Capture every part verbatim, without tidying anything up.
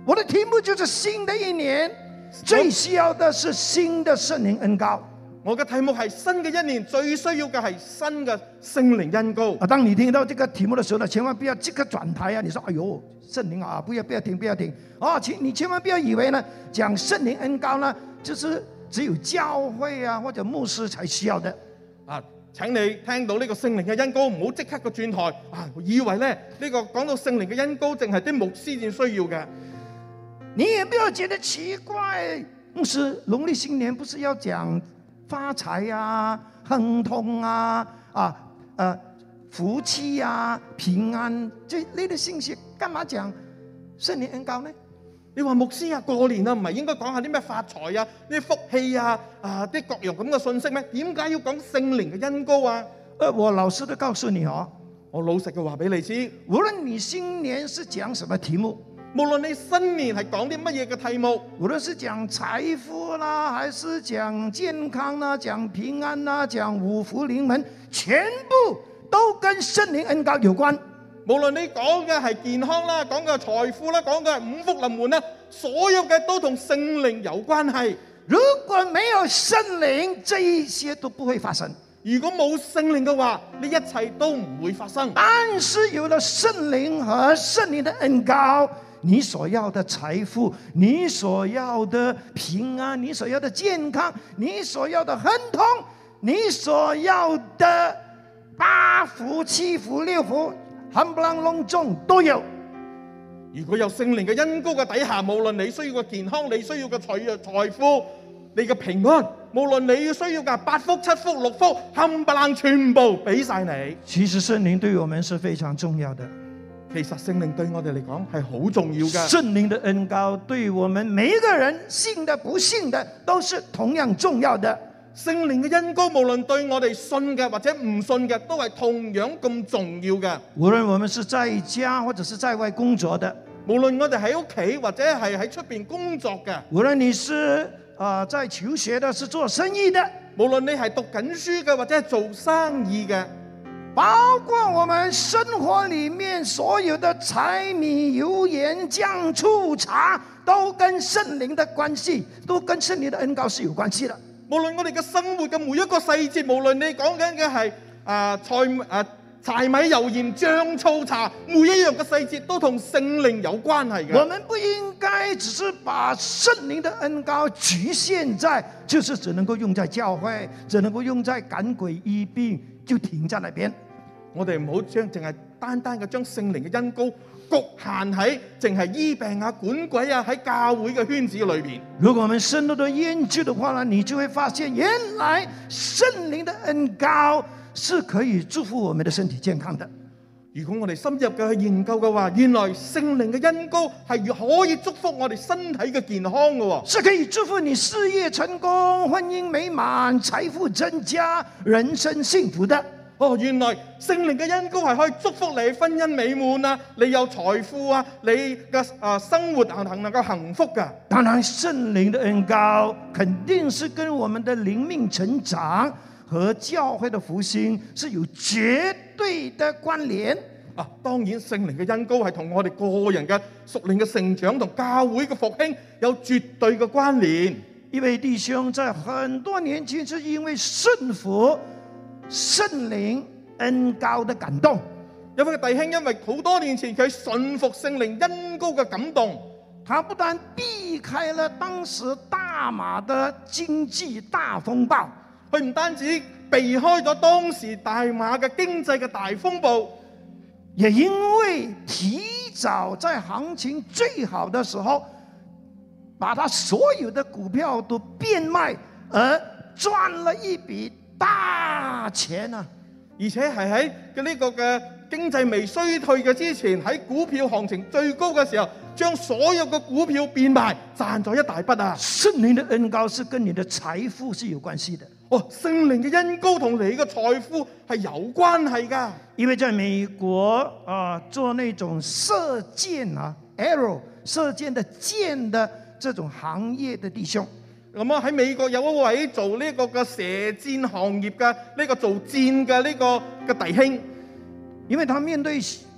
我的题目就是新的一年最需要的是新的聖靈恩膏。 我嘅題目係新嘅一年最需要嘅係新嘅聖靈恩膏。 啊，當你聽到這個題目的時候呢，千萬不要即刻轉台啊！你說：哎呦，聖靈啊，不要不要聽，不要聽啊！請你千萬不要以為呢，講聖靈恩膏呢，就是只有教會啊或者牧師才需要的。 啊，請你聽到呢個聖靈嘅恩膏，唔好即刻個轉台啊！以為咧呢、這個講到聖靈嘅恩膏，淨係啲牧師先需要嘅。 你也不要覺得奇怪，牧師農曆新年不是要講發財啊、亨通啊、啊呃福氣啊、平安這類的信息，幹嘛講聖靈恩膏呢？ 你話牧師啊，過年啊，唔係應該講下啲咩發財啊、啲福氣啊、啊啲各樣咁嘅信息咩？點解要講聖靈嘅恩膏啊？ 呃，我老實的告訴你哦， 我老實嘅話俾你知， 無論你新年是講什麼題目， 無論你新年係講啲乜嘢嘅題目， 無論是講財富啦，還是講健康啦、講平安啦、講五福臨門，全部都跟聖靈恩膏有關。 無論你講嘅係健康啦，講嘅係財富啦，講嘅係五福臨門啦，所有嘅都同聖靈有關係。 如果沒有聖靈，這一些都不會發生。 如果冇聖靈嘅話，呢一切都唔會發生。 但是有了聖靈和聖靈的恩膏，你所要的財富，你所要的平安，你所要的健康，你所要的亨通，你所要的八福、七福、六福，冚唪唥隆重都有。 如果有聖靈嘅恩膏嘅底下，無論你需要嘅健康，你需要嘅財財富，你嘅平安，無論你需要嘅八福、七福、六福，冚唪唥全部俾晒你。 其實聖靈對我們是非常重要的。 其實聖靈對我哋嚟講係好重要嘅。 聖靈的恩膏對我們每一個人，信的不信的，都是同樣重要的。 聖靈嘅恩膏，無論對我哋信嘅或者唔信嘅，都係同樣咁重要嘅。 無論我們是在家或者是在外工作的， 無論我哋喺屋企或者係喺出邊工作嘅， 無論你是啊、呃、在求學的，是做生意的， 無論你係讀緊書嘅或者係做生意嘅， 包括我們生活裏面所有的柴米油鹽醬醋茶，都跟聖靈的關係，都跟聖靈的恩膏是有關係的。 無論我哋嘅生活嘅每一個細節，無論你講緊嘅係啊菜啊柴米油鹽醬醋茶，每一樣嘅細節都同聖靈有關係嘅。 我們不應該只是把聖靈的恩膏局限在，就是只能夠用在教會，只能夠用在趕鬼醫病，就停在那邊。 我哋唔好將淨係單單嘅將聖靈嘅恩膏局限喺淨係醫病啊、管鬼啊喺教會嘅圈子裏邊。 如果我們深入的研究的話呢，你就會發現，原來聖靈的恩膏是可以祝福我們的身體健康的。 如果我哋深入嘅去研究嘅話，原來聖靈嘅恩膏係可以祝福我哋身體嘅健康嘅， 是可以祝福你事業成功、婚姻美滿、財富增加、人生幸福的。 哦，原來聖靈嘅恩膏係可以祝福你婚姻美滿啊，你有財富啊，你嘅啊生活能能夠幸福噶。 當然，聖靈的恩膏肯定是跟我們的靈命成長和教會的復興是有絕對的關聯。 啊，當然聖靈嘅恩膏係同我哋個人嘅屬靈嘅成長同教會嘅復興有絕對嘅關聯。 一位弟兄在很多年前是因為順服聖靈恩膏的感動， 有位弟兄因為好多年前佢順服聖靈恩膏嘅感動， 他不但避開了當時大馬的經濟大風暴， 佢唔單止避開咗當時大馬嘅經濟嘅大風暴， 也因為提早在行情最好的時候，把他所有的股票都變賣，而賺了一筆大錢啊！ 而且係喺嘅呢個嘅經濟未衰退嘅之前，喺股票行情最高嘅時候，將所有嘅股票變賣，賺咗一大筆啊！ 聖靈的恩膏是跟你的財富是有關係的。 哦，聖靈嘅恩膏同你嘅財富係有關係噶。 因為在美國啊、呃，做那種射箭啊 ，arrow 射箭的箭的這種行業的弟兄。 咁啊喺美國有一位做呢個嘅射箭行業嘅呢個做箭嘅呢個嘅弟兄， 因為他面對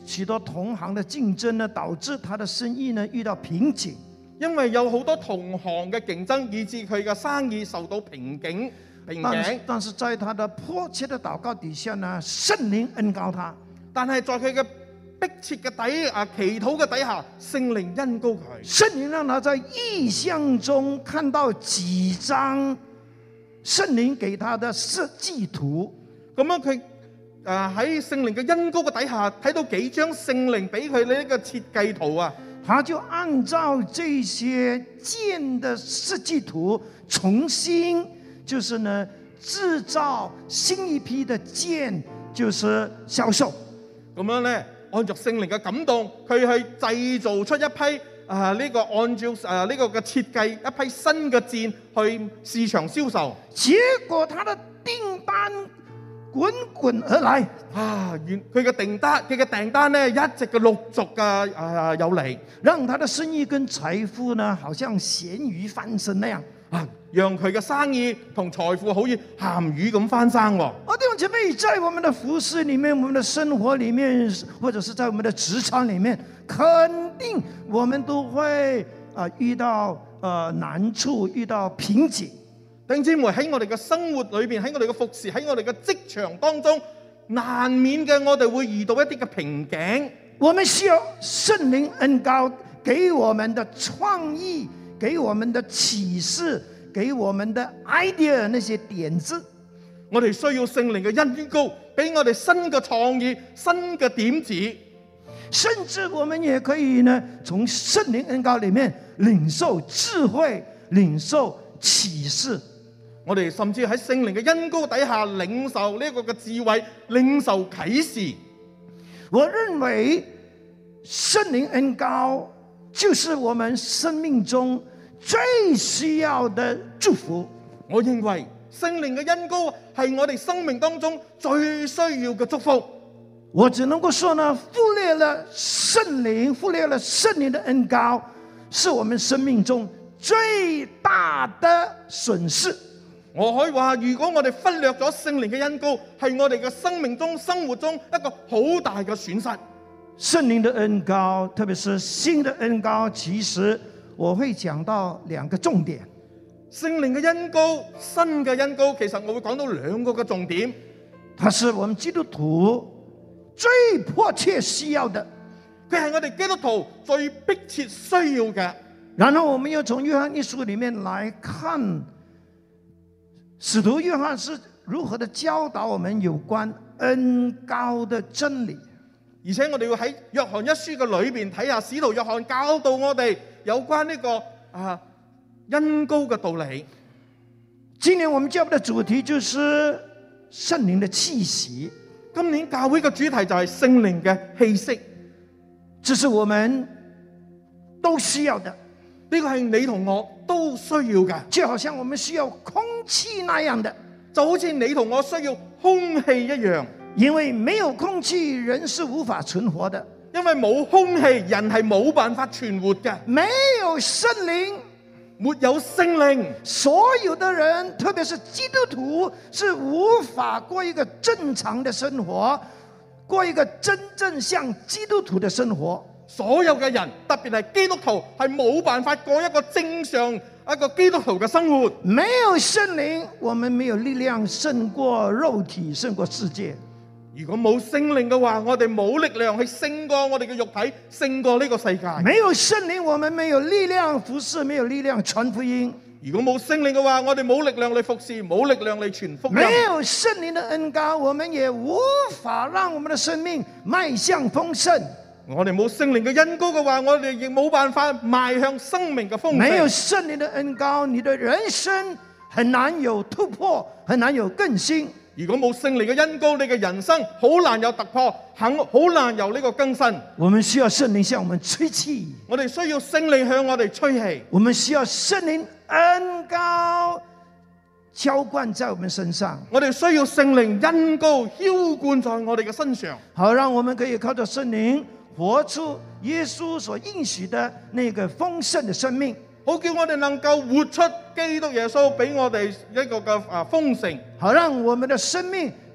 许多同行的竞争呢，导致他的生意呢遇到瓶颈。 因為有好多同行嘅競爭，以致佢嘅生意受到瓶頸瓶但是頸。 但是在他的迫切的禱告底下呢，聖靈恩膏他。 但係在佢嘅迫切嘅底啊祈禱嘅底下，聖靈恩膏佢。 聖靈讓他在異象中看到幾張聖靈給他的設計圖。 咁樣佢誒喺聖靈嘅恩膏嘅底下睇到幾張聖靈俾佢呢一個設計圖啊， 他就按照這些箭的設計圖，重新就是呢製造新一批的箭，就是銷售。 咁樣咧，按照聖靈嘅感動，佢去製造出一批啊呢、這個按照啊呢、這個嘅設計一批新嘅箭去市場銷售。 結果他的訂單滾滾而來啊！原佢嘅訂單，佢嘅訂單咧一直嘅陸續嘅啊有嚟， 讓他的生意跟財富呢，好像鹹魚翻身那樣啊，讓佢嘅生意同財富好似鹹魚咁翻生喎。 哦，弟兄姐妹，在我們的服事裡面，我們的生活裡面，或者是在我們的職場裡面，肯定我們都會啊、呃、遇到呃難處，遇到瓶頸。 弟兄姊妹，喺我哋嘅生活裏邊，喺我哋嘅服侍，喺我哋嘅職場當中，難免嘅我哋會遇到一啲嘅瓶頸。 我們需要聖靈恩膏給我們的創意，給我們的啟示，給我們的 idea 那些點子。 我哋需要聖靈嘅恩膏，俾我哋新嘅創意、新嘅點子。 甚至我們也可以呢，從聖靈恩膏裡面領受智慧，領受啟示。 我哋甚至喺聖靈嘅恩膏底下領受呢一個嘅智慧，領受啟示。 我認為聖靈恩膏就是我們生命中最需要的祝福。 我認為聖靈嘅恩膏係我哋生命當中最需要嘅祝福。 我只能夠說呢，忽略了聖靈，忽略了聖靈的恩膏，是我們生命中最大的損失。 我可以話，如果我哋忽略咗聖靈嘅恩膏，係我哋嘅生命中、生活中一個好大嘅損失。 聖靈的恩膏，特別是新的恩膏，其實我會講到兩個重點。 聖靈嘅恩膏、新嘅恩膏，其實我會講到兩個嘅重點。 它是我們基督徒最迫切需要的， 佢係我哋基督徒最迫切需要嘅。 然後我們又從約翰一書裡面來看，使徒約翰是如何的教導我們有關恩膏的真理。 而且我哋要喺約翰一書嘅裏邊睇下使徒約翰教導我哋有關呢、這個啊恩膏嘅道理。 今年我們教會的主題就是聖靈的氣息。 今年教會嘅主題就係聖靈嘅氣息， 這是我們都需要的。 呢個係你同我都需要嘅， 就好像我們需要空氣那樣的， 就好似你同我需要空氣一樣。 因為沒有空氣，人是無法存活的。 因為冇空氣，人係冇辦法存活嘅。 沒有聖靈， 沒有聖靈， 所有的人，特別是基督徒，是無法過一個正常的生活，過一個真正像基督徒的生活。 所有嘅人，特別係基督徒，係冇辦法過一個正常一個基督徒嘅生活。 沒有聖靈，我們沒有力量勝過肉體，勝過世界。 如果冇聖靈嘅話，我哋冇力量去勝過我哋嘅肉體，勝過呢個世界。 沒有聖靈，我們沒有力量服侍，沒有力量傳福音。 如果冇聖靈嘅話，我哋冇力量嚟服侍，冇力量嚟傳福音。 沒有聖靈的恩膏，我們也無法讓我們的生命邁向豐盛。 我哋冇聖靈嘅恩膏嘅話，我哋亦冇辦法邁向生命嘅豐盛。 沒有聖靈的恩膏，你的人生很難有突破，很難有更新。 如果冇聖靈嘅恩膏，你嘅人生好難有突破，很好難有呢個更新。 我們需要聖靈向我們吹氣， 我哋需要聖靈向我哋吹氣。 我們需要聖靈恩膏澆灌在我們身上。 我哋需要聖靈恩膏澆灌在我哋嘅身上， 好讓我們可以靠着聖靈活出耶穌所應許的那個豐盛的生命。 好叫我哋能夠活出基督耶穌俾我哋一個嘅啊豐盛， 好讓我們的生命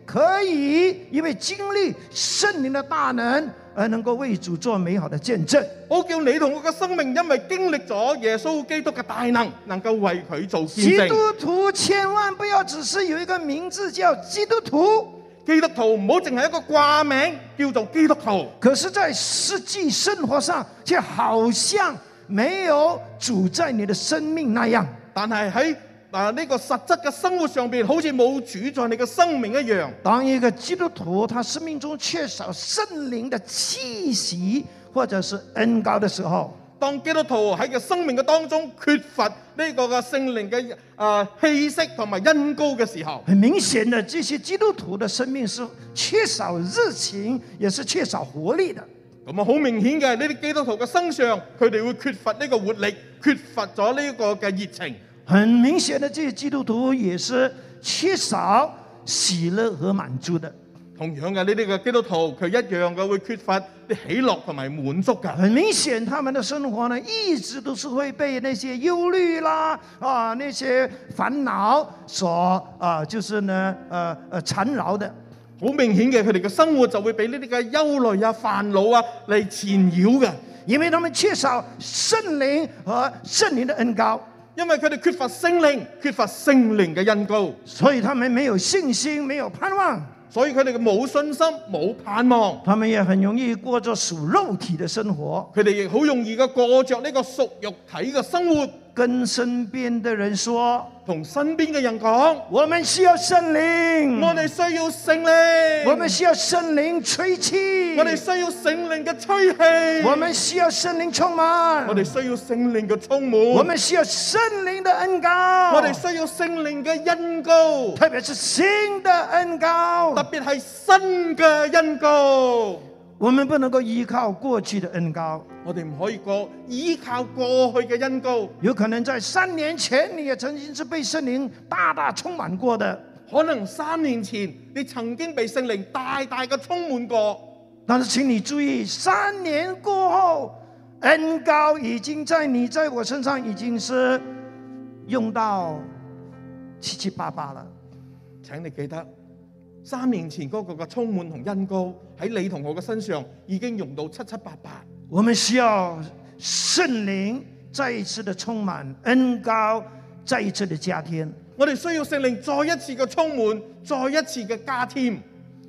可以因為經歷聖靈的大能而能夠為主做美好的見證。 我叫你同我嘅生命，因為經歷咗耶穌基督嘅大能，能夠為佢做見證。 基督徒千萬不要只是有一個名字叫基督徒， 基督徒唔好淨係一個掛名叫做基督徒， 可是在實際生活上卻好像沒有主在你的生命那樣。 但係喺啊呢個實質嘅生活上邊，好似冇主在你嘅生命一樣。 當一個基督徒他生命中缺少聖靈的氣息或者是恩膏的時候， 當基督徒喺個生命嘅當中缺乏呢個嘅聖靈嘅啊氣息同埋恩膏嘅時候， 很明顯的，這些基督徒的生命是缺少熱情，也是缺少活力的。 咁啊，好明顯嘅呢啲基督徒嘅身上，佢哋會缺乏呢個活力，缺乏咗呢個嘅熱情。 很明顯的，這些基督徒也是缺少喜樂和滿足的。 同樣嘅呢啲嘅基督徒，佢一樣嘅會缺乏啲喜樂同埋滿足㗎。 很明顯，他們的生活呢，一直都是會被那些憂慮啦啊，那些煩惱所啊，就是呢，呃呃纏繞的。 好明顯嘅，佢哋嘅生活就會俾呢啲嘅憂慮啊、煩惱啊嚟纏繞嘅， 因為他們缺少聖靈和聖靈的恩膏。 因為佢哋缺乏聖靈，缺乏聖靈嘅恩膏， 所以他們沒有信心，沒有盼望， 所以佢哋嘅冇信心、冇盼望， 他們也很容易過着屬肉體的生活。 佢哋亦好容易嘅過着呢個屬肉體嘅生活。 跟身邊的人說， 同身邊嘅人講， 我們需要聖靈， 我哋需要聖靈， 我們需要聖靈吹氣， 我哋需要聖靈嘅吹氣， 我們需要聖靈充滿， 我哋需要聖靈嘅充滿， 我們需要聖靈的恩膏， 我哋需要聖靈嘅恩膏， 特別是新的恩膏， 特別係新嘅恩膏。 我們不能夠依靠過去的恩膏， 我哋唔可以過依靠過去嘅恩膏。 有可能在三年前你也曾經是被聖靈大大充滿過的， 可能三年前你曾經被聖靈大大嘅充滿過， 但是請你注意，三年過後，恩膏已經在你在我身上已經是用到七七八八了。 請你記得，三年前嗰個嘅充滿同恩膏喺你同我嘅身上已經用到七七八八。 我們需要聖靈再一次的充滿，恩膏再一次的加添。 我哋需要聖靈再一次嘅充滿，再一次嘅加添。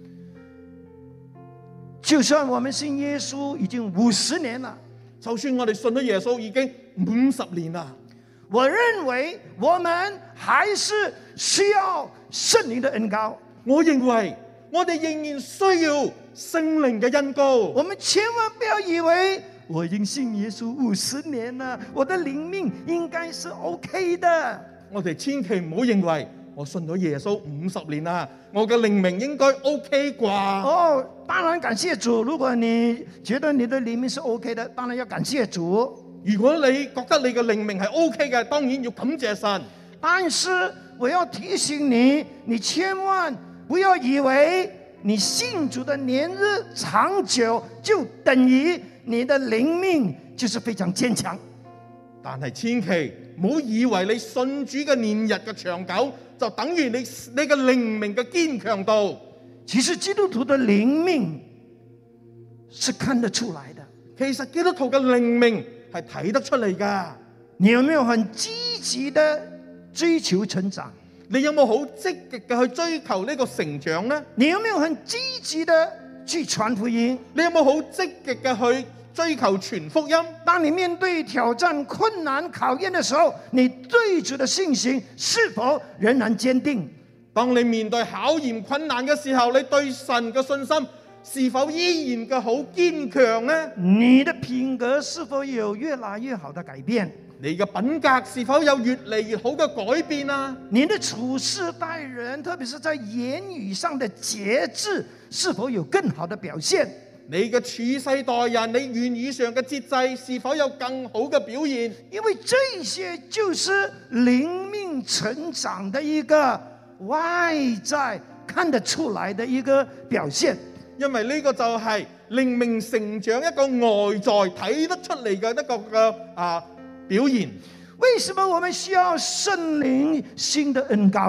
就算我們信耶穌已經五十年了， 就算我哋信咗耶穌已經五十年啦， 我認為我們還是需要聖靈的恩膏。 我認為我哋仍然需要聖靈嘅恩膏。 我們千萬不要以為我已經信耶穌五十年了，我的靈命應該是 OK 的。 我哋千祈唔好認為我信咗耶穌五十年啦，我嘅靈命應該 OK 啩？ 哦，當然感謝主。如果你覺得你的靈命是 OK 的，當然要感謝主。 如果你覺得你嘅靈命係 OK 嘅，當然要感謝神。 但是我要提醒你，你千萬不要以為你信主的年日長久，就等於你的靈命就是非常堅強。 但係千祈唔好以為你信主嘅年日嘅長久，就等於你你嘅靈命嘅堅強度。 其實基督徒的靈命是看得出來的。 其實基督徒嘅靈命係睇得出嚟噶。 你有沒有很積極的追求成長？ 你有冇好積極嘅去追求呢個成長呢？ 你有沒有很積極的去傳福音？ 你有冇好積極嘅去追求傳福音？ 當你面對挑戰、困難、考驗的時候，你對主的信心是否仍然堅定？ 當你面對考驗困難嘅時候，你對神嘅信心是否依然嘅好堅強呢？ 你的品格是否有越來越好的改變？ 你嘅品格是否有越嚟越好嘅改變啊？ 你的處事待人，特別是在言語上的節制，是否有更好的表現？ 你嘅處世待人，你言語上嘅節制是否有更好嘅表現？ 因為這些就是靈命成長的一個外在看得出來的一個表現。 因為呢個就係靈命成長一個外在睇得出嚟嘅一個嘅啊表現。 為什麼我們需要聖靈新的恩膏呢？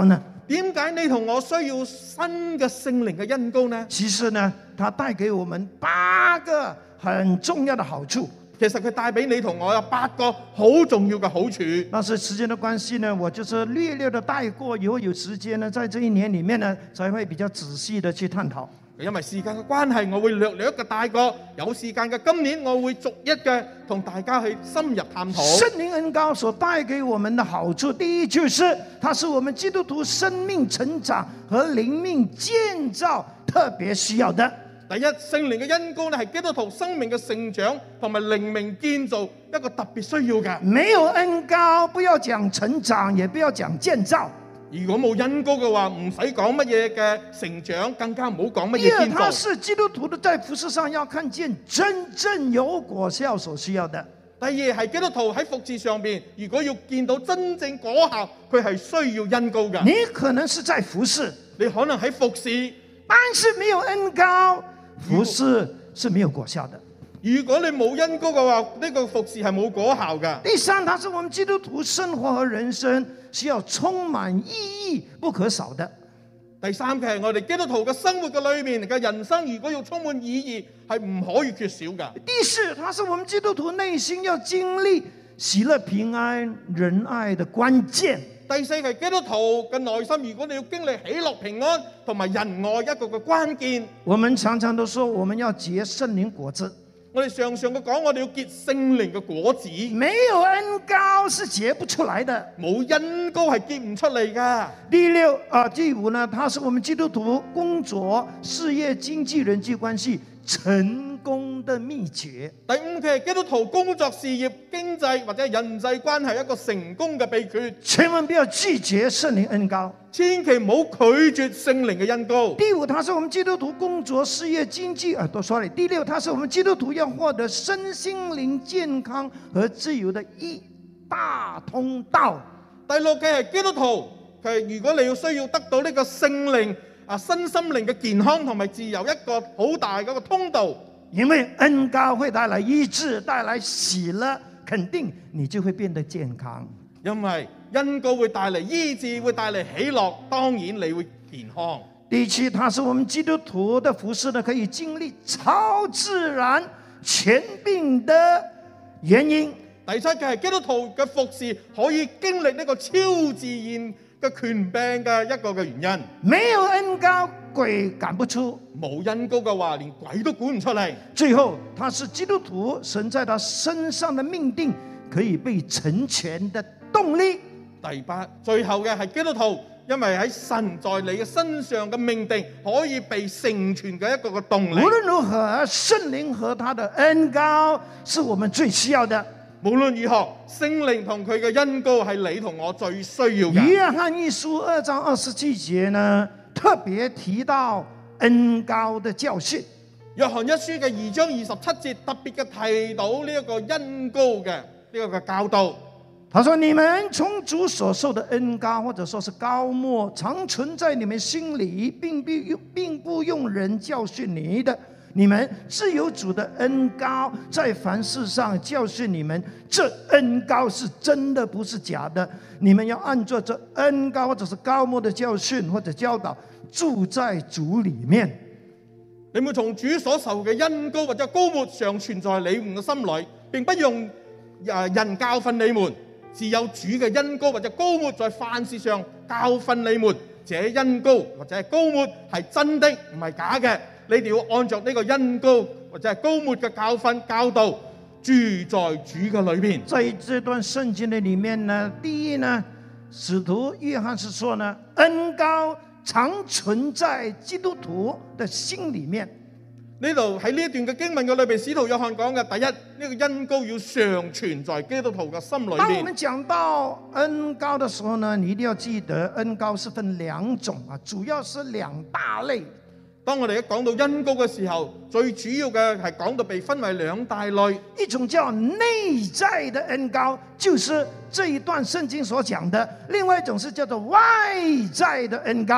點解你同我需要新嘅聖靈嘅恩膏呢？ 其實呢，它帶給我們八個很重要的好處。 其實佢帶俾你同我有八個好重要嘅好處。 但是時間的關係呢，我就是略略的帶過，以後有時間呢，在這一年裡面呢，才會比較仔細的去探討。 因為時間嘅關係，我會略略嘅帶過。有時間嘅今年，我會逐一嘅同大家去深入探討。 聖靈恩膏所帶給我們的好處，第一就是它是我們基督徒生命成長和靈命建造特別需要的。 第一，聖靈嘅恩膏咧係基督徒生命嘅成長同埋靈命建造一個特別需要嘅。 沒有恩膏，不要講成長，也不要講建造。 如果冇恩膏嘅話，唔使講乜嘢嘅成長，更加唔好講乜嘢第二， 建造。 它是基督徒的在服事上要看見真正有果效所需要的。 第二係基督徒喺服事上邊，如果要見到真正果效，佢係需要恩膏嘅。 你可能是在服事， 你可能喺服事， 但是沒有恩膏，服事是沒有果效的。 如果你冇恩膏嘅話，呢個服事係冇果效嘅。 第三，它是我們基督徒生活和人生需要充滿意義不可少的。 第三嘅係我哋基督徒嘅生活嘅裏面嘅人生，如果要充滿意義，係唔可以缺少嘅。 第四，它是我們基督徒內心要經歷喜樂、平安、仁愛的關鍵。 第四係基督徒嘅內心，如果你要經歷喜樂、平安同埋仁愛一個嘅關鍵。 我們常常都說我們要結聖靈果子。 我哋常常嘅講，我哋要結聖靈嘅果子。 沒有恩膏是結不出來的， 冇恩膏係結唔出嚟噶。 第六啊，第五呢，它是我們基督徒工作、事業、經濟、人際關係成功的秘訣。 第五嘅係基督徒工作、事業、經濟或者人際關係一個成功嘅秘訣。 千萬不要拒絕聖靈恩膏， 千祈唔好拒絕聖靈嘅恩膏。 第五，它是我們基督徒工作、事業、經濟啊，都說了。第六，它是我們基督徒要獲得身心靈健康和自由的一大通道。 第六嘅係基督徒，係如果你要需要得到呢個聖靈啊，身心靈嘅健康同埋自由一個好大嗰個通道。 因為恩膏會帶來醫治，帶來喜樂，肯定你就會變得健康。 因為恩膏會帶嚟醫治，會帶嚟喜樂，當然你會健康。 第七，它是我們基督徒的服事呢，可以經歷超自然權柄的原因。 第七嘅係基督徒嘅服事可以經歷呢個超自然嘅權柄嘅一個嘅原因。 沒有恩膏，鬼趕不出； 冇恩膏嘅話，連鬼都管唔出嚟。 最後，它是基督徒神在他身上的命定，可以被成全的動力。 第八，最後嘅係基督徒，因為喺神在你嘅身上嘅命定，可以被成全嘅一個嘅動力。 無論如何，聖靈和他的恩膏是我們最需要的。 無論如何，聖靈同佢嘅恩膏係你同我最需要嘅。 約翰一書二章二十七節呢，特別提到恩膏的教訓。 約翰一書嘅二章二十七節特別嘅提到呢一個恩膏嘅呢個嘅教導。 他說：你們從主所受的恩膏，或者說是膏抹，常存在你們心裏，並不用並不用人教訓你的。你們自有主的恩膏，在凡事上教訓你們。這恩膏是真的，不是假的。你們要按照這恩膏或者是膏抹的教訓或者教導，住在主裏面。 你們從主所受嘅恩膏或者膏抹，常存在你們嘅心裏，並不用人教訓你們。自有主嘅恩膏或者膏抹，在凡事上教訓你們。這恩膏或者係膏抹係真的，唔係假嘅。你哋要按照呢個恩膏或者係膏抹嘅教訓教導，住在主嘅裏面。 在這段聖經的裏面呢，第一呢，使徒約翰是說呢，恩膏常存在基督徒的心裏面。 呢度喺呢一段嘅經文嘅裏邊，使徒約翰講嘅第一，呢、這個恩膏要常存在基督徒嘅心裏面。 當我們講到恩膏的時候呢，你一定要記得恩膏是分兩種啊，主要是兩大類。 當我哋一講到恩膏嘅時候，最主要嘅係講到被分為兩大類， 一種叫內在的恩膏，就是這一段聖經所講的；另外一種是叫做外在的恩膏。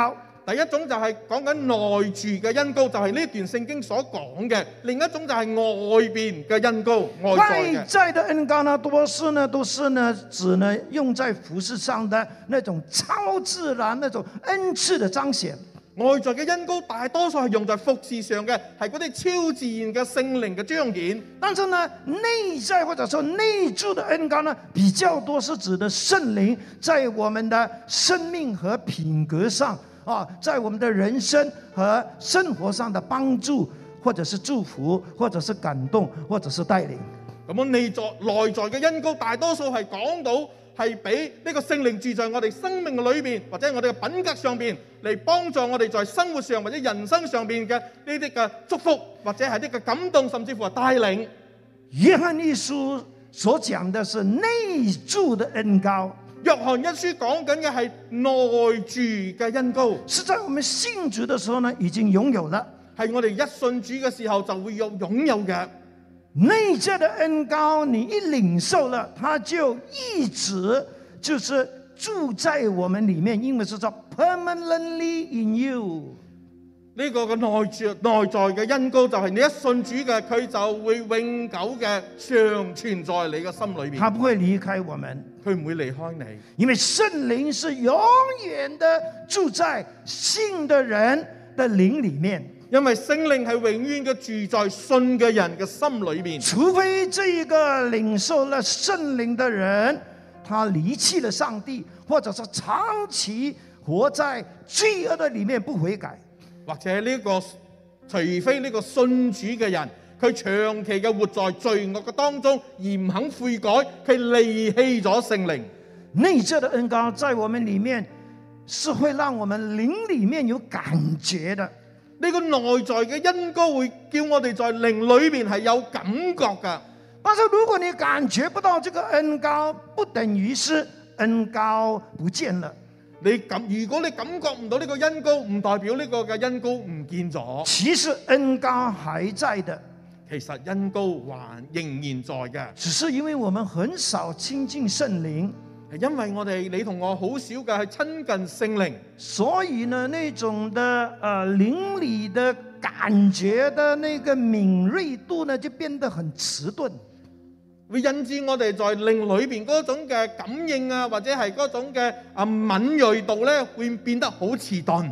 第一種就係講緊內住嘅恩膏，就係呢段聖經所講嘅；另一種就係外邊嘅恩膏，外在嘅。 外在的恩膏呢，多是呢，都是呢，指呢用在服事上的那種超自然、那種恩賜的彰顯。 外在嘅恩膏大多數係用在服事上嘅，係嗰啲超自然嘅聖靈嘅彰顯。 但是呢，內在或者說內住的恩膏呢，比較多是指的聖靈在我們的生命和品格上啊，在我們的人生和生活上的幫助，或者是祝福，或者是感動，或者是帶領。 咁樣內在內在嘅恩膏大多數係講到係俾呢個聖靈住在我哋生命嘅裏邊，或者我哋嘅品格上邊，嚟幫助我哋在生活上或者人生上邊嘅呢啲嘅祝福，或者係呢個感動，甚至乎係帶領。 約翰一書所講的是內住的恩膏， 約翰一書講緊嘅係內住嘅恩膏， 是在我們信主的時候呢已經擁有了， 係我哋一信主嘅時候就會有擁有嘅。 內在的恩膏，你一領受了，它就一直就是住在我們裏面，英文是叫 permanently in you。 呢個嘅內住內在嘅恩膏就係你一信主嘅，佢就會永久嘅常存在你嘅心裏邊。 它不會離開我們， 佢唔會離開你， 因為聖靈是永遠的住在信的人的靈裏面。 因為聖靈係永遠嘅住在信嘅人嘅心裏面， 除非這一個領受了聖靈的人，他離棄了上帝，或者是長期活在罪惡的裏面不悔改， 或者呢、這個除非呢個信主嘅人，佢長期嘅活在罪惡嘅當中而唔肯悔改，佢離棄咗聖靈。 內在的恩膏在我們裏面是會讓我們靈裏面有感覺的。 呢個內在嘅恩膏會叫我哋在靈裏邊係有感覺㗎。 但是如果你感覺不到這個恩膏，不等於是恩膏不見了。 你感如果你感覺唔到呢個恩膏，唔代表呢個嘅恩膏唔見咗。 其實恩膏還在的， 其實恩膏還仍然在嘅， 只是因為我們很少親近聖靈。 係因為我哋你同我好少嘅係親近聖靈， 所以呢，那種的呃靈裏的感覺的那個敏銳度呢，就變得很遲鈍， 會引致我哋在靈裏邊嗰種嘅感應啊，或者係嗰種嘅啊敏銳度咧，會變得好遲鈍。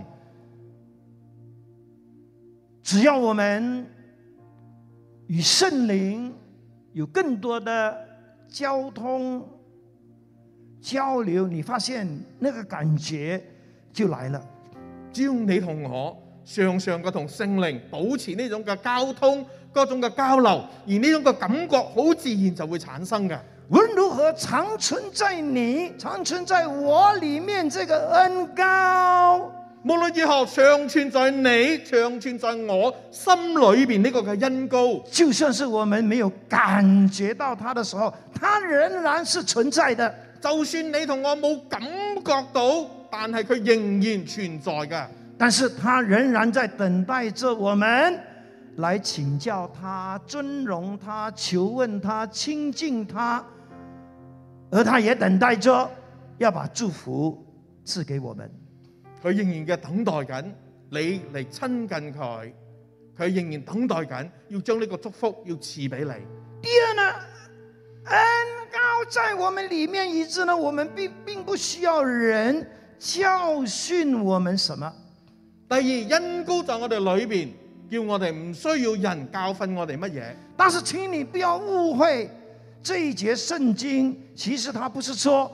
只要我們與聖靈有更多的交通交流，你發現那個感覺就來了。 只要你同我常常嘅同聖靈保持呢種嘅交通，嗰種嘅交流，而呢種嘅感覺好自然就會產生嘅。 無論如何，常存在你，常存在我裏面這個恩膏， 無論如何，常存在你，常存在我心裏邊呢個嘅恩膏。 就算是我們沒有感覺到它的時候，它仍然是存在的。 就算你同我冇感覺到，但係佢仍然存在嘅。 但是他仍然在等待着我們來請教他、尊榮他、求問他、親近他，而他也等待着要把祝福賜給我們。 佢仍然嘅等待緊你嚟親近佢，佢仍然等待緊要將呢個祝福要賜俾你。 第二呢，恩膏在我們裏面，以致呢，我們並並不需要人教訓我們什麼。 第二，恩膏在我哋裏邊，叫我哋唔需要人教訓我哋乜嘢。 但是請你不要誤會這一節聖經，其實它不是說，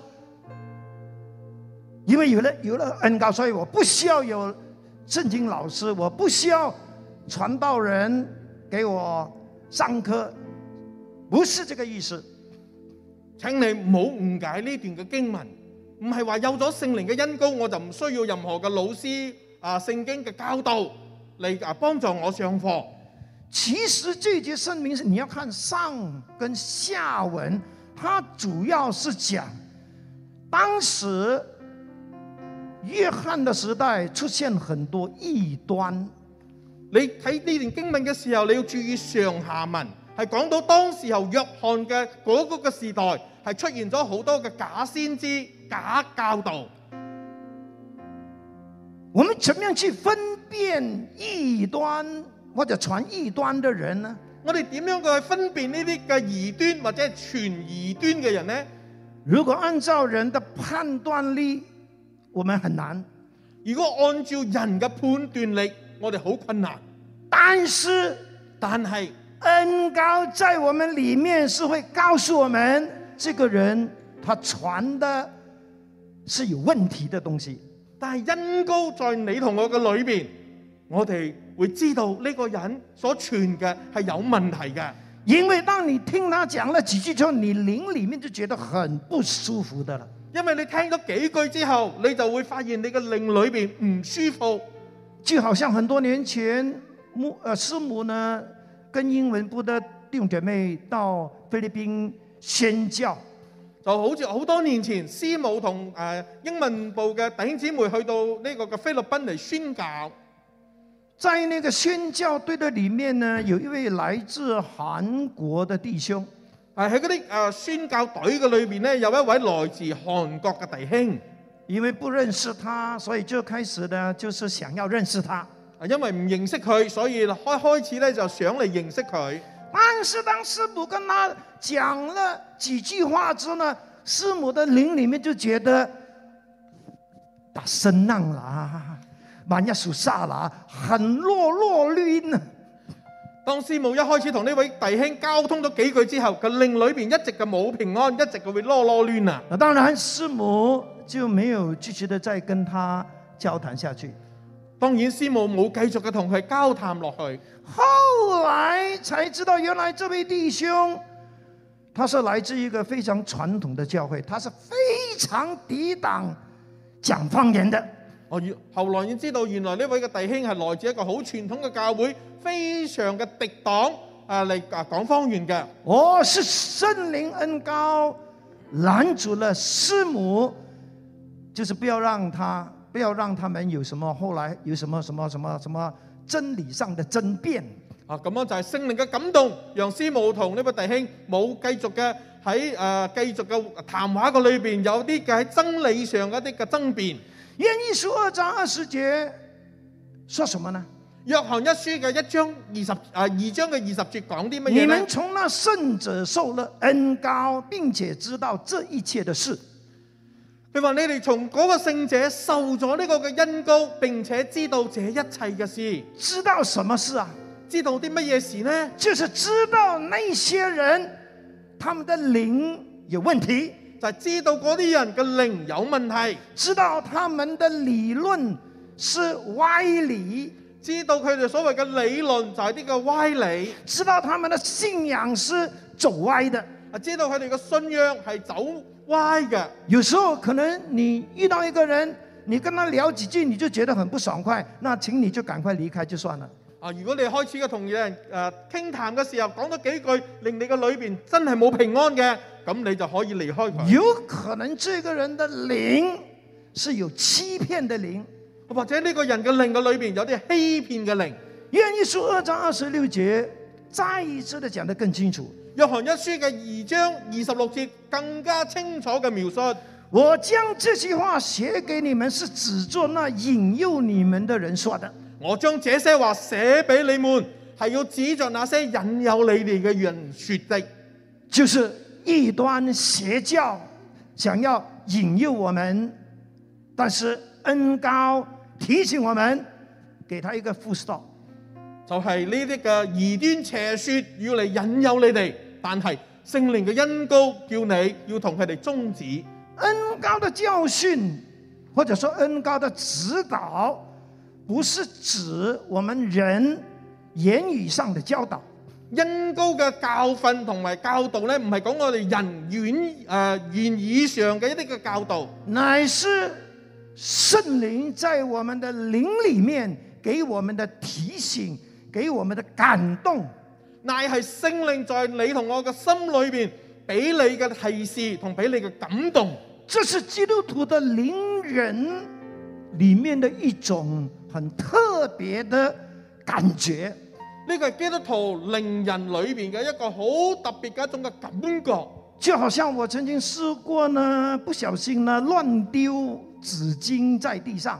因為有了有了恩膏，所以我不需要有聖經老師，我不需要傳道人給我上課，不是這個意思。 請你唔好誤解呢段嘅經文，唔係話有咗聖靈嘅恩膏，我就唔需要任何嘅老師啊，聖經嘅教導嚟啊幫助我上課。 其實這節聖經是你要看上跟下文，它主要是講當時約翰的時代出現很多異端。 你睇呢段經文嘅時候，你要注意上下文，係講到當時候約翰嘅嗰個嘅時代係出現咗好多嘅假先知、假教導。 我们怎么样去分辨異端或者傳異端的人呢？ 我哋點樣去分辨呢啲嘅異端或者係傳異端嘅人呢？ 如果按照人的判斷力，我們很難。 如果按照人嘅判斷力，我哋好困難。 但是， 但係恩膏在我們裡面是會告訴我們，這個人他傳的是有問題的東西。 但係恩膏在你同我嘅裏邊，我哋會知道呢個人所傳嘅係有問題嘅。 因為當你聽他講了幾句之後，你靈裡面就覺得很不舒服的了。 因為你聽咗幾句之後，你就會發現你嘅靈裏邊唔舒服。 就好像很多年前，牧呃師母呢跟英文部的弟兄姐妹到菲律賓宣教， 就好似好多年前，師母同誒英文部嘅弟兄姊妹去到呢個嘅菲律賓嚟宣教。 在那個宣教隊的裡面呢，有一位來自韓國的弟兄。 誒喺嗰啲誒宣教隊嘅裏邊呢，有一位來自韓國嘅弟兄。 因為不認識他，所以就開始呢，就是想要認識他。 啊，因為唔認識佢，所以開開始咧就想嚟認識佢。 但是當師母跟他講了幾句話之後呢，師母的靈裡面就覺得打聲浪啦，萬一屬煞啦，很落落亂啊。 當師母一開始同呢位弟兄交通咗幾句之後，個靈裏邊一直嘅冇平安，一直嘅會囉囉攣啊。 當然師母就沒有繼續的再跟他交談下去。 當然師母冇繼續嘅同佢交談落去。 後來才知道，原來這位弟兄他是來自一個非常傳統的教會，他是非常抵擋講方言的。 我後來先知道，原來呢位嘅弟兄係來自一個好傳統嘅教會，非常嘅敵擋啊嚟啊講方言嘅。 哦，是聖靈恩膏攔住了師母，就是不要讓他，不要讓他們有什麼後來有什麼什麼什麼什麼真理上的爭辯。 啊，咁樣就係聖靈嘅感動，讓師母同呢位弟兄冇繼續嘅喺誒繼續嘅談話嘅裏邊有啲嘅喺真理上嘅一啲嘅爭辯。 約珥書二章二十節說什麼呢？ 約翰一書嘅一章二十啊二章嘅二十節講啲乜嘢呢？ 你們從那聖者受了恩膏，並且知道這一切的事。 佢話你哋從嗰個聖者受咗呢個嘅恩膏，並且知道這一切嘅事。 知道什麼事啊？ 知道啲乜嘢事呢？ 就是知道那些人他們的靈有問題。 就係知道嗰啲人嘅靈有問題， 知道他們的理論是歪理， 知道佢哋所謂嘅理論就係呢個歪理， 知道他們的信仰是走歪的， 啊，知道佢哋嘅信仰係走歪嘅。 有時候可能你遇到一個人，你跟他聊幾句，你就覺得很不爽快，那請你就趕快離開就算了。 啊，如果你開始嘅同人誒傾談嘅時候講咗幾句，令你嘅裏邊真係冇平安嘅，咁你就可以離開佢。 有可能這個人的靈是有欺騙的靈， 或者呢個人嘅靈嘅裏邊有啲欺騙嘅靈。 約珥書二章二十六節再一次的講得更清楚。 約翰一書嘅二章二十六節更加清楚嘅描述。 我將這句話寫給你們，是指著那引誘你們的人說的。 我將這些話寫俾你們，係要指着那些引誘你哋嘅人說的， 就是異端邪教想要引誘我們，但是恩膏提醒我們，給他一個 full stop， 就係呢啲嘅異端邪說要嚟引誘你哋，但係聖靈嘅恩膏叫你要同佢哋終止。 恩膏的教訓，或者說恩膏的指導，不是指我們人言語上的教導。 恩膏嘅教訓同埋教導咧，唔係講我哋人言誒言語上嘅一啲嘅教導， 乃是聖靈在我們的靈裡面給我們的提醒，給我們的感動， 乃係聖靈在你同我嘅心裏邊俾你嘅提示同俾你嘅感動。 這是基督徒的靈人裡面的一種很特別的感覺。 呢個係基督徒靈人裏邊嘅一個好特別嘅一種嘅感覺。 就好像我曾經試過呢，不小心呢亂丟紙巾在地上，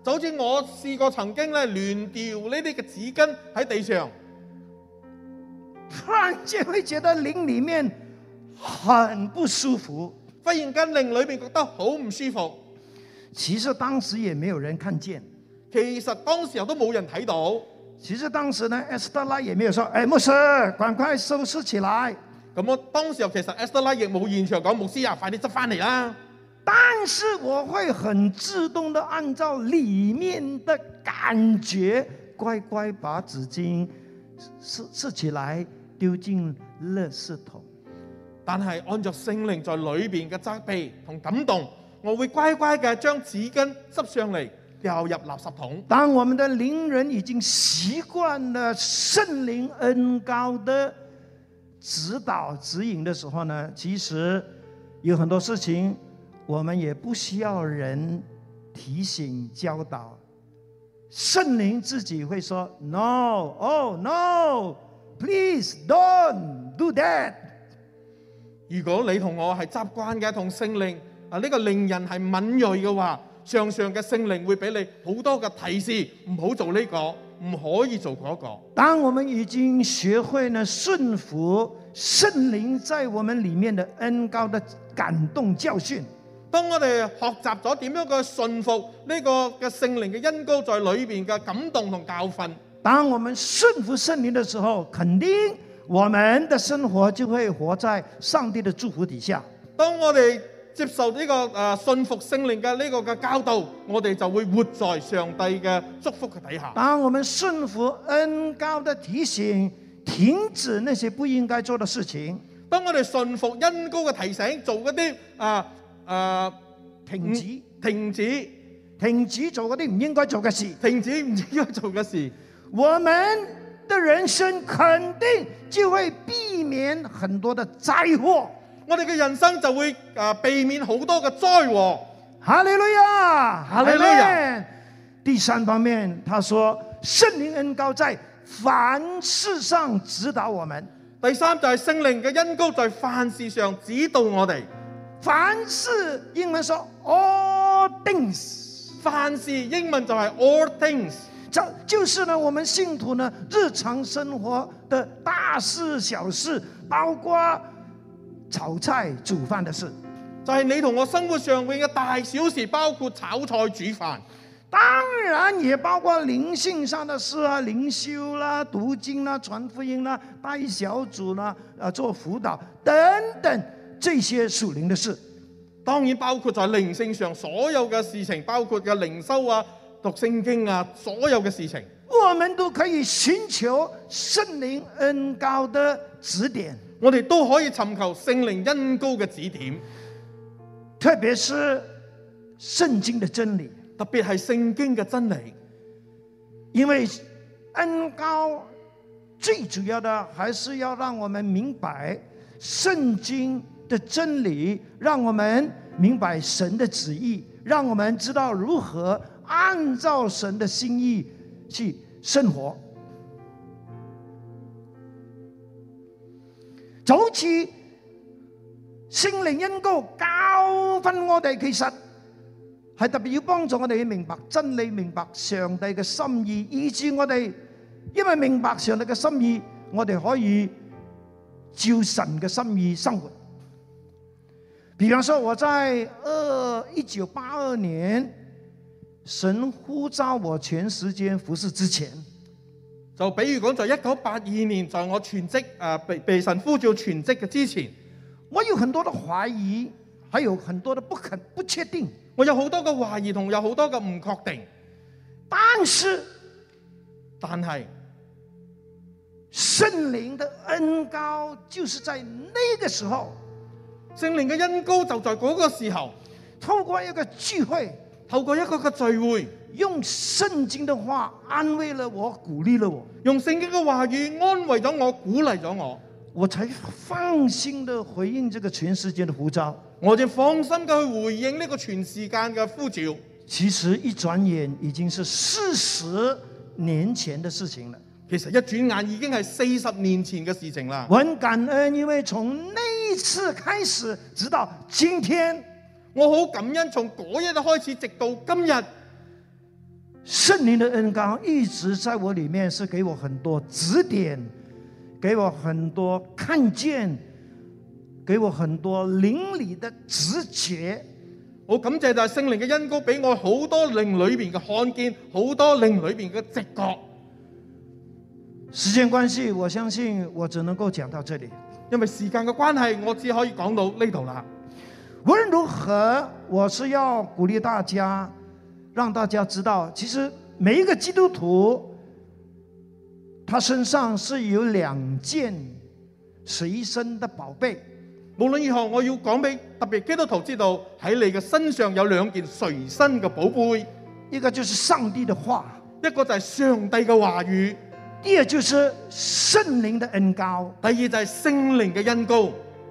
就好似我試過曾經咧亂掉呢啲嘅紙巾喺地上， 突然間會覺得靈裡面很不舒服。 忽然間靈裏面覺得好唔舒服。 其實當時也沒有人看見， 其實當時候都冇人睇到。 其實當時呢 Esther 拉也沒有說，哎，牧師，趕快收拾起來。 咁我當時候其實 Esther 拉亦冇現場講，牧師啊，快啲執翻嚟啦。 但是我會很自動的按照裡面的感覺，乖乖把紙巾拾拾起來，丟進垃圾桶。 但係按照聖靈在裏邊嘅責備同感動，我會乖乖嘅將紙巾執上嚟，掉入垃圾桶。 當我們的靈人已經習慣了聖靈恩膏的指導指引的時候呢，其實有很多事情我們也不需要人提醒教導，聖靈自己會說 No, oh no, please don't do that。 如果你同我係習慣嘅同聖靈啊呢個靈人係敏銳嘅話，常常嘅聖靈會俾你好多嘅提示，唔好做呢個，唔可以做嗰個。 當我們已經學會呢順服聖靈在我們裡面的恩膏的感動教訓， 當我哋學習咗點樣嘅順服呢個嘅聖靈嘅恩膏在裏邊嘅感動同教訓， 當我們順服聖靈的時候，肯定我們的生活就會活在上帝的祝福底下。 當我哋接受呢個誒順服聖靈嘅呢個嘅教導，我哋就會活在上帝嘅祝福嘅底下。 當我們順服恩膏的提醒，停止那些不應該做的事情， 當我哋順服恩膏嘅提醒，做嗰啲啊啊停止停止停止做嗰啲唔應該做嘅事， 停止唔應該做嘅事， 我們的人生肯定就會避免很多的災禍。 我哋嘅人生就會啊避免好多嘅災禍。 哈利路亞， 哈利路亞。 第三方面，他說聖靈恩膏在凡事上指導我們。 第三就係聖靈嘅恩膏在凡事上指導我哋。 凡事英文說 all things， 凡事英文就係 all things， 就就是呢，我們信徒呢日常生活的大事小事，包括炒菜煮飯的事， 就係你同我生活上面嘅大小事，包括炒菜煮飯， 當然也包括靈性上的事啊，靈修啦、讀經啦、傳福音啦、帶小組啦、啊做輔導等等這些屬靈的事。 當然包括在靈性上所有嘅事情，包括嘅靈修啊、讀聖經啊，所有嘅事情， 我們都可以尋求聖靈恩膏的指點。 我哋都可以尋求聖靈恩膏嘅指點， 特別是聖經的真理， 特別係聖經嘅真理， 因為恩膏最主要的還是要讓我們明白聖經的真理，讓我們明白神的旨意，讓我們知道如何按照神的心意去生活。就好似聖靈恩膏教訓我哋，其實係特別要幫助我哋去明白真理，明白上帝嘅心意，以致我哋因為明白上帝嘅心意，我哋可以照神嘅心意生活。比方說，我在二一九八二年神呼召我全時間服侍之前， 就比如講，在一九八二年，在我全職誒被被神呼召全職嘅之前， 我有很多的懷疑，還有很多的不肯不確定。 我有好多嘅懷疑同有好多嘅唔確定。 但是， 但係聖靈的恩膏就是在那個時候， 聖靈嘅恩膏就在嗰個時候， 透過一個聚會， 透過一個嘅聚會， 用聖經的話安慰了我，鼓勵了我， 用聖經嘅話語安慰咗我，鼓勵咗我， 我才放心的回應這個全世界的呼召， 我就放心嘅去回應呢個全時間嘅呼召。 其實一轉眼已經是四十年前的事情了。 其實一轉眼已經係四十年前嘅事情啦。 我很感恩，因為從那一次開始，直到今天， 我好感恩，從嗰一日開始，直到今日， 圣灵的恩膏一直在我里面，是给我很多指点，给我很多看见，給我很多靈裏的直覺。 我感謝就係聖靈嘅恩膏俾我好多靈裏邊嘅看見，好多靈裏邊嘅直覺。 時間關係，我相信我只能夠講到這裡。 因為時間嘅關係，我只可以講到呢度啦。 無論如何，我是要鼓勵大家，讓大家知道，其實每一個基督徒，他身上是有兩件隨身的寶貝。 無論如何，我要講俾特別基督徒知道，喺你嘅身上有兩件隨身嘅寶貝， 一個就是上帝的話， 一個就係上帝嘅話語。 第二就是聖靈的恩膏， 第二就係聖靈嘅恩膏。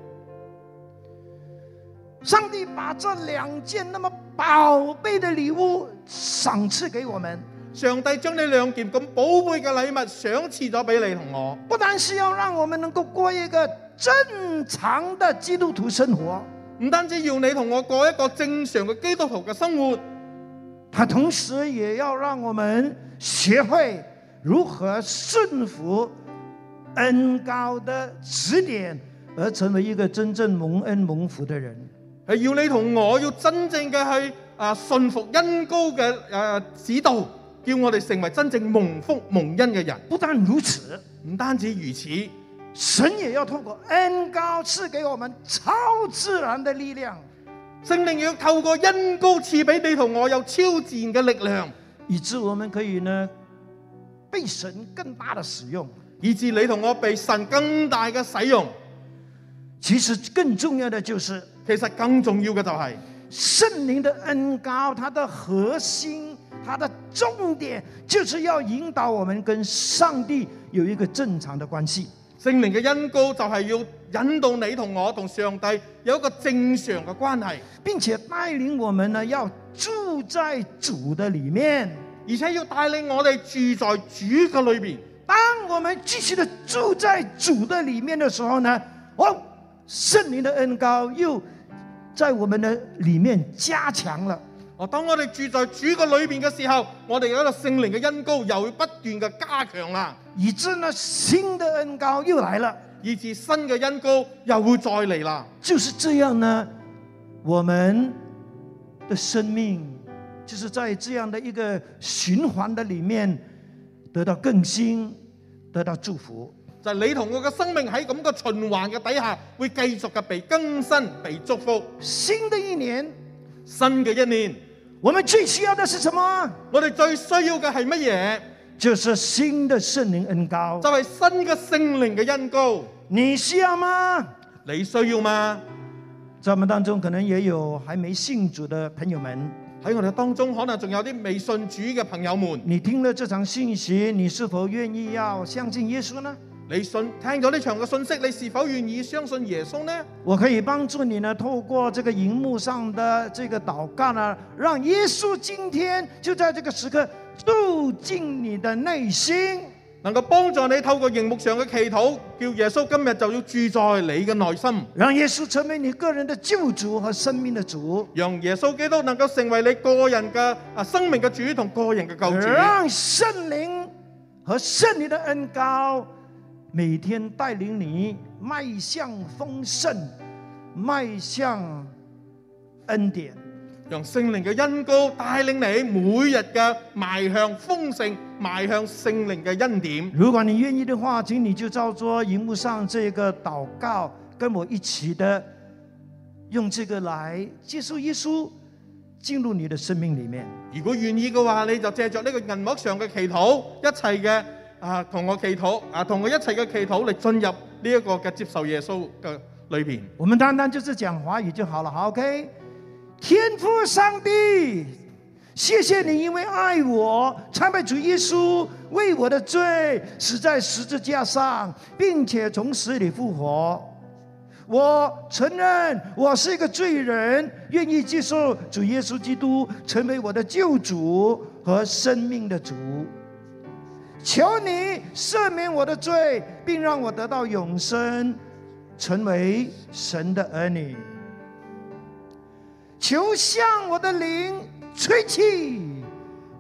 上帝把這兩件那麼寶貝的禮物賞賜給我們。 上帝將呢兩件咁寶貝嘅禮物賞賜咗俾你同我， 不但是要讓我們能夠過一個正常的基督徒生活， 唔單止要你同我過一個正常嘅基督徒嘅生活， 它同時也要讓我們學會如何順服恩膏的指點，而成為一個真正蒙恩蒙福的人。 係要你同我要真正嘅去啊順服恩膏嘅誒指導，叫我哋成為真正蒙福蒙恩嘅人。 不但如此， 唔單止如此， 神也要透過恩膏賜給我們超自然的力量。 聖靈要透過恩膏賜俾你同我有超自然嘅力量， 以致我們可以呢被神更大的使用， 以致你同我被神更大嘅使用。 其實更重要的就是其實更重要嘅就係聖靈的恩膏，它的核心，它的重點就是要引導我們跟上帝有一個正常的關係。 聖靈嘅恩膏就係要引導你同我同上帝有一個正常嘅關係， 並且帶領我們呢要住在主的裡面， 而且要帶領我哋住在主嘅裏邊。 當我們繼續的住在主的裡面的時候呢，哦，聖靈的恩膏又在我們的裡面加強了。 哦，當我哋住在主嘅裏邊嘅時候，我哋有一個聖靈嘅恩膏又會不斷嘅加強啦， 以致呢新的恩膏又來了， 以致新嘅恩膏又會再嚟啦。 就是這樣呢，我們的生命就是在這樣的一個循環的裡面得到更新，得到祝福。 就係你同我嘅生命喺咁嘅循環嘅底下，會繼續嘅被更新、被祝福。 新的一年， 新嘅一年， 我們最需要的是什麼？ 我哋最需要嘅係乜嘢？ 就是新的聖靈恩膏， 就係新嘅聖靈嘅恩膏。 你需要嗎？ 你需要嗎？ 在我們當中可能也有還沒信主的朋友們， 喺我哋當中可能仲有啲未信主嘅朋友們。 你聽了這場信息，你是否願意要相信耶穌呢？ 你信聽咗呢場嘅信息，你是否願意相信耶穌呢？ 我可以幫助你呢，透過這個熒幕上的這個禱告呢，讓耶穌今天就在這個時刻住進你的內心， 能夠幫助你透過熒幕上嘅祈禱，叫耶穌今日就要住在你嘅內心， 讓耶穌成為你個人的救主和生命的主， 讓耶穌基督能夠成為你個人嘅啊生命嘅主同個人嘅救主， 讓聖靈和聖靈的恩膏每天帶領你邁向豐盛，邁向恩典， 讓聖靈嘅恩膏帶領你每日嘅邁向豐盛，邁向聖靈嘅恩典。 如果你願意的話，請你就照着熒幕上這個禱告，跟我一起的用這個來接受耶穌進入你的生命裡面。 如果願意嘅話，你就借着呢個銀幕上嘅祈禱，一齊嘅。啊，同我祈禱，啊，同我一齊嘅祈禱嚟進入呢一個嘅接受耶穌嘅裏邊。 我們單單就是講華語就好了，好 OK。天父上帝，謝謝你，因為愛我，差派主耶穌為我的罪死在十字架上，並且從死裡復活。我承認我是一個罪人，願意接受主耶穌基督成為我的救主和生命的主。求你赦免我的罪，並讓我得到永生，成為神的兒女。求向我的靈吹氣，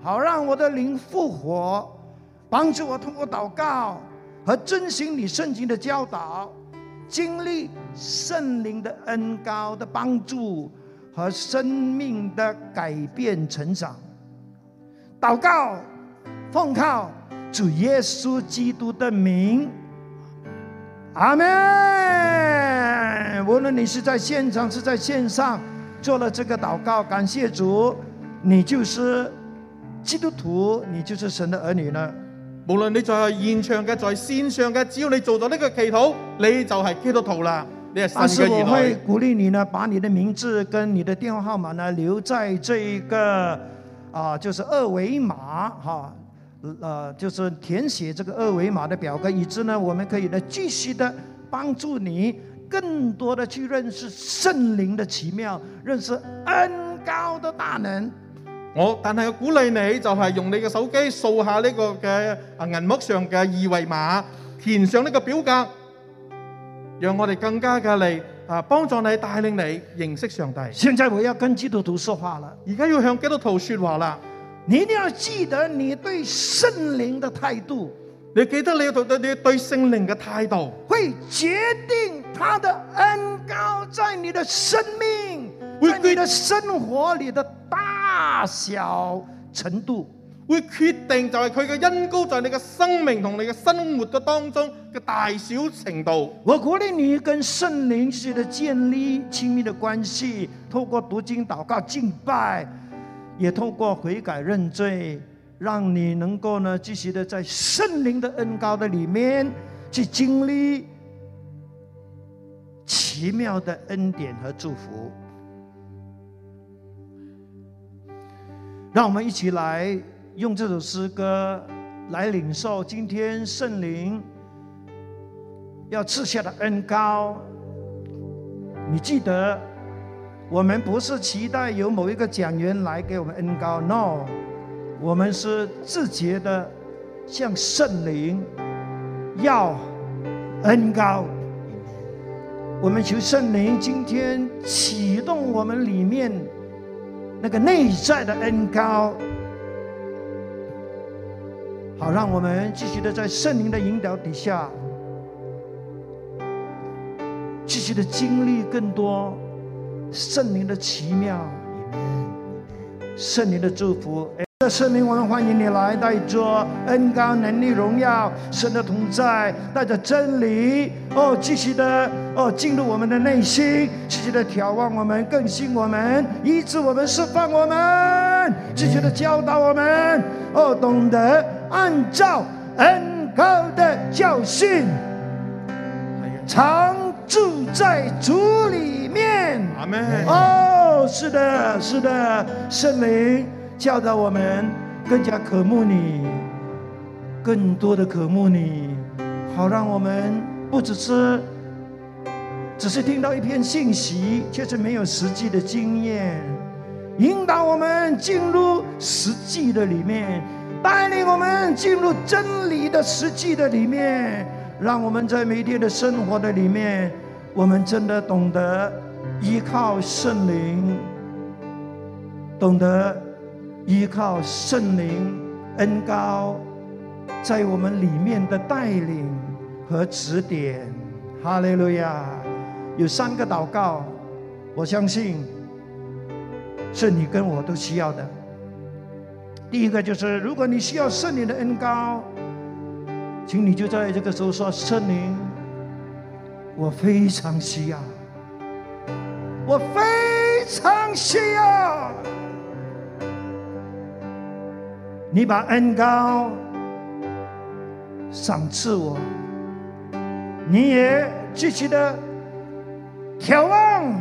好让我的灵复活，帮助我通过祷告和遵行你圣经的教导，经历圣灵的恩膏的帮助和生命的改变成长。祷告奉靠主耶稣基督的名，阿们。无论你是在现场是在线上做了这个祷告，感谢主，你就是基督徒，你就是神的兒女了。 無論你在現場嘅，在線上嘅，只要你做咗呢個祈禱，你就係基督徒啦，你係但是神嘅兒女。 我會鼓勵你呢，把你的名字跟你的電話號碼呢留在這個啊，就是二維碼哈，呃，就是填寫這個二維碼的表格，以致呢，我們可以呢繼續的幫助你，更多的去認識聖靈的奇妙，認識恩膏的大能。 我但係我鼓勵你，就係用你嘅手機掃下呢個嘅啊銀幕上嘅二維碼，填上呢個表格，讓我哋更加嘅嚟啊幫助你，帶領你認識上帝。 現在我要跟基督徒說話了， 而家要向基督徒說話啦。 你一定要記得你對聖靈的態度， 你記得你要對你對聖靈嘅態度， 會決定他的恩膏在你的生命、 會在你的生活裏的大小程度， 會決定就係佢嘅恩膏在你嘅生命同你嘅生活嘅當中嘅大小程度。 我鼓勵你跟聖靈繼續的建立親密的關係，透過讀經、禱告、敬拜，也透過悔改認罪，讓你能夠呢繼續的在聖靈的恩膏的裏面去經歷奇妙的恩典和祝福。讓我們一起來用這首詩歌來領受今天聖靈要賜下的恩膏。你記得，我們不是期待有某一個講員來給我們恩膏 ，no， 我們是自覺的向聖靈要恩膏。我們求聖靈今天啟動我們裡面那個內在的恩膏，好讓我們繼續的在聖靈的引導底下，繼續的經歷更多聖靈的奇妙，聖靈的祝福。聖靈，我們歡迎你來，帶着恩膏、能力、榮耀，神的同在，帶着真理，哦，繼續的哦進入我們的內心，繼續的眺望我們，更新我們，醫治我們，釋放我們，繼續的教導我們，哦，懂得按照恩膏的教訓，常住在主裡面。 阿們。 哦，是的，是的，聖靈教導我們更加渴慕你，更多的渴慕你，好讓我們不只是只是聽到一篇信息，卻是沒有實際的經驗，引導我們進入實際的裡面，帶領我們進入真理的實際的裡面，讓我們在每天的生活的裡面，我們真的懂得依靠聖靈，懂得依靠聖靈恩膏在我們裡面的帶領和指點。哈利路亞！有三個禱告，我相信是你跟我都需要的。第一個就是，如果你需要聖靈的恩膏，請你就在這個時候說：聖靈，我非常需要，我非常需要。你把恩膏賞賜我，你也繼續的眺望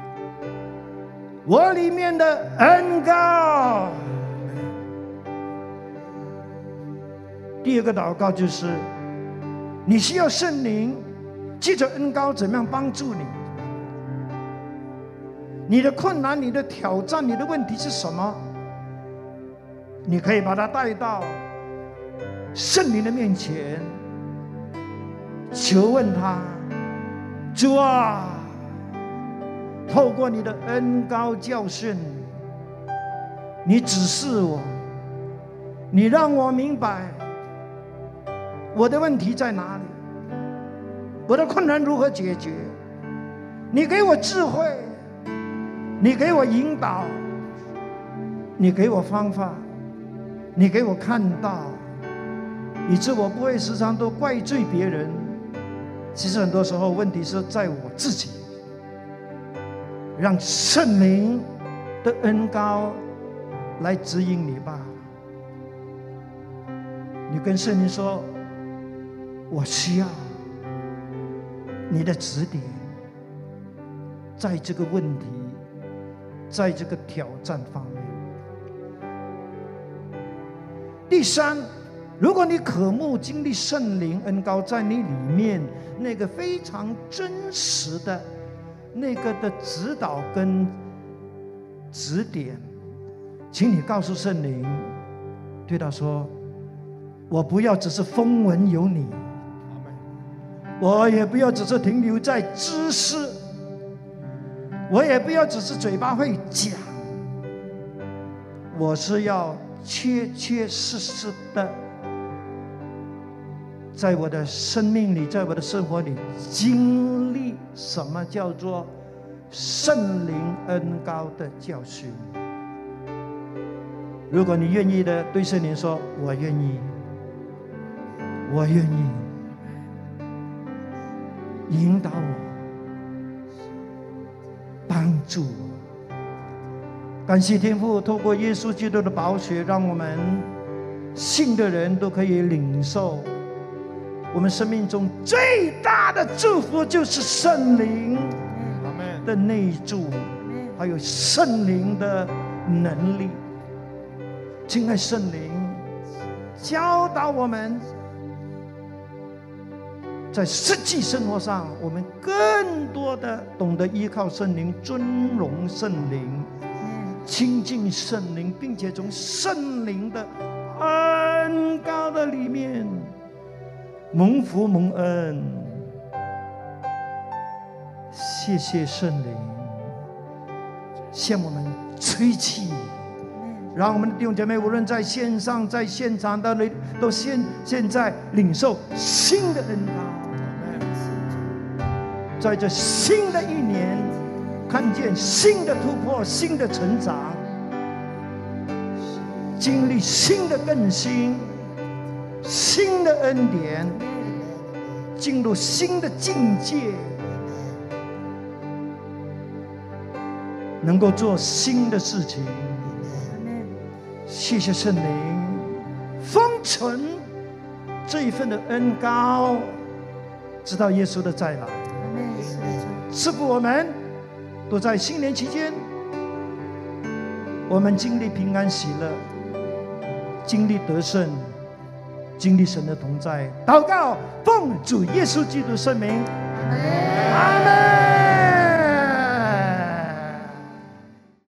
我裡面的恩膏。第二個禱告就是，你需要聖靈藉着恩膏怎麼樣幫助你？你的困難、你的挑戰、你的問題是什麼？你可以把它帶到聖靈的面前，求問他：主啊，透過你的恩膏教訓，你指示我， 你让我明白我的问题在哪里，我的困难如何解决。你给我智慧，你给我引导，你给我方法，你给我看到，以致我不会时常都怪罪别人。其实很多时候问题是在我自己。让圣灵的恩膏来指引你吧。你跟圣灵说，我需要你的指点，在这个问题，在这个挑战方面。第三，如果你渴慕经历圣灵恩膏在你里面那个非常真实的那个的指导跟指点，请你告诉圣灵，对他说，我不要只是风闻有你，我也不要只是停留在知识，我也不要只是嘴巴会讲，我是要切切实实的在我的生命里，在我的生活里经历什么叫做圣灵恩膏的教训。如果你愿意的，对圣灵说，我愿意，我愿意，引导我，帮助我。感谢天父透过耶稣基督的宝血，让我们信的人都可以领受我们生命中最大的祝福，就是圣灵的内住，还有圣灵的能力。亲爱圣灵，教导我们在实际生活上，我们更多的懂得依靠圣灵，尊荣圣灵，亲近圣灵，并且从圣灵的恩膏的里面蒙福蒙恩。谢谢圣灵向我们吹气，让我们的弟兄姐妹无论在线上在现场的都现现在领受新的恩膏，在这新的一年看见新的突破，新的成长，经历新的更新，新的恩典，进入新的境界，能够做新的事情。谢谢圣灵封存这一份的恩膏，直到耶稣的再来，赐福我们都在新年期间，我们经历平安喜乐，经历得胜，经历神的同在。祷告奉主耶稣基督圣名，阿门。